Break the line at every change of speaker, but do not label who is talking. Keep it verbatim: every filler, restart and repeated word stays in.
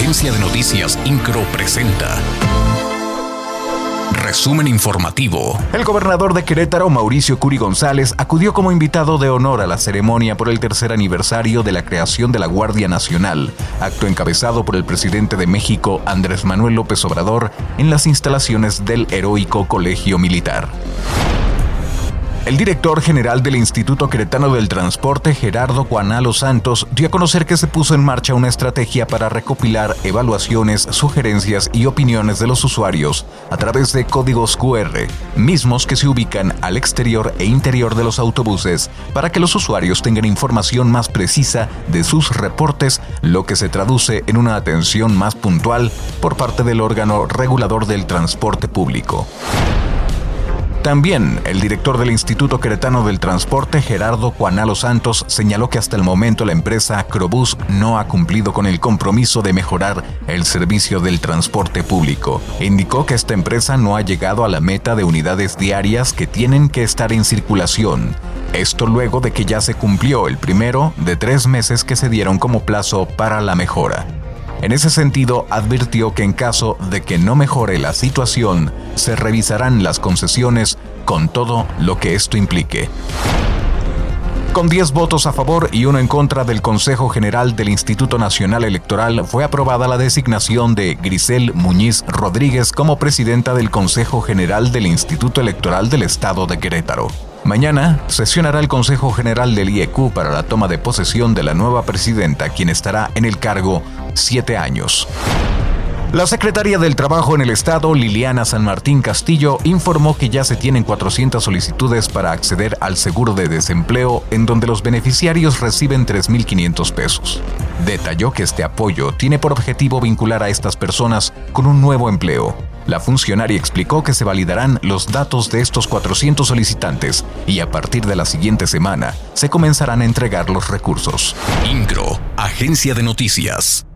Agencia de Noticias Incro presenta Resumen informativo.
El gobernador de Querétaro, Mauricio Curi González, acudió como invitado de honor a la ceremonia por el tercer aniversario de la creación de la Guardia Nacional, acto encabezado por el presidente de México, Andrés Manuel López Obrador, en las instalaciones del heroico Colegio Militar. El director general del Instituto Queretano del Transporte, Gerardo Cuanalo Santos, dio a conocer que se puso en marcha una estrategia para recopilar evaluaciones, sugerencias y opiniones de los usuarios a través de códigos cu erre, mismos que se ubican al exterior e interior de los autobuses para que los usuarios tengan información más precisa de sus reportes, lo que se traduce en una atención más puntual por parte del órgano regulador del transporte público. También, el director del Instituto Queretano del Transporte, Gerardo Cuanalo Santos, señaló que hasta el momento la empresa Acrobús no ha cumplido con el compromiso de mejorar el servicio del transporte público. Indicó que esta empresa no ha llegado a la meta de unidades diarias que tienen que estar en circulación. Esto luego de que ya se cumplió el primero de tres meses que se dieron como plazo para la mejora. En ese sentido, advirtió que en caso de que no mejore la situación, se revisarán las concesiones con todo lo que esto implique. Con diez votos a favor y uno en contra del Consejo General del Instituto Nacional Electoral, fue aprobada la designación de Grisel Muñiz Rodríguez como presidenta del Consejo General del Instituto Electoral del Estado de Querétaro. Mañana sesionará el Consejo General del I E Q para la toma de posesión de la nueva presidenta, quien estará en el cargo siete años. La secretaria del Trabajo en el Estado, Liliana San Martín Castillo, informó que ya se tienen cuatrocientas solicitudes para acceder al seguro de desempleo, en donde los beneficiarios reciben tres mil quinientos pesos. Detalló que este apoyo tiene por objetivo vincular a estas personas con un nuevo empleo. La funcionaria explicó que se validarán los datos de estos cuatrocientos solicitantes y a partir de la siguiente semana se comenzarán a entregar los recursos.
Incro, Agencia de Noticias.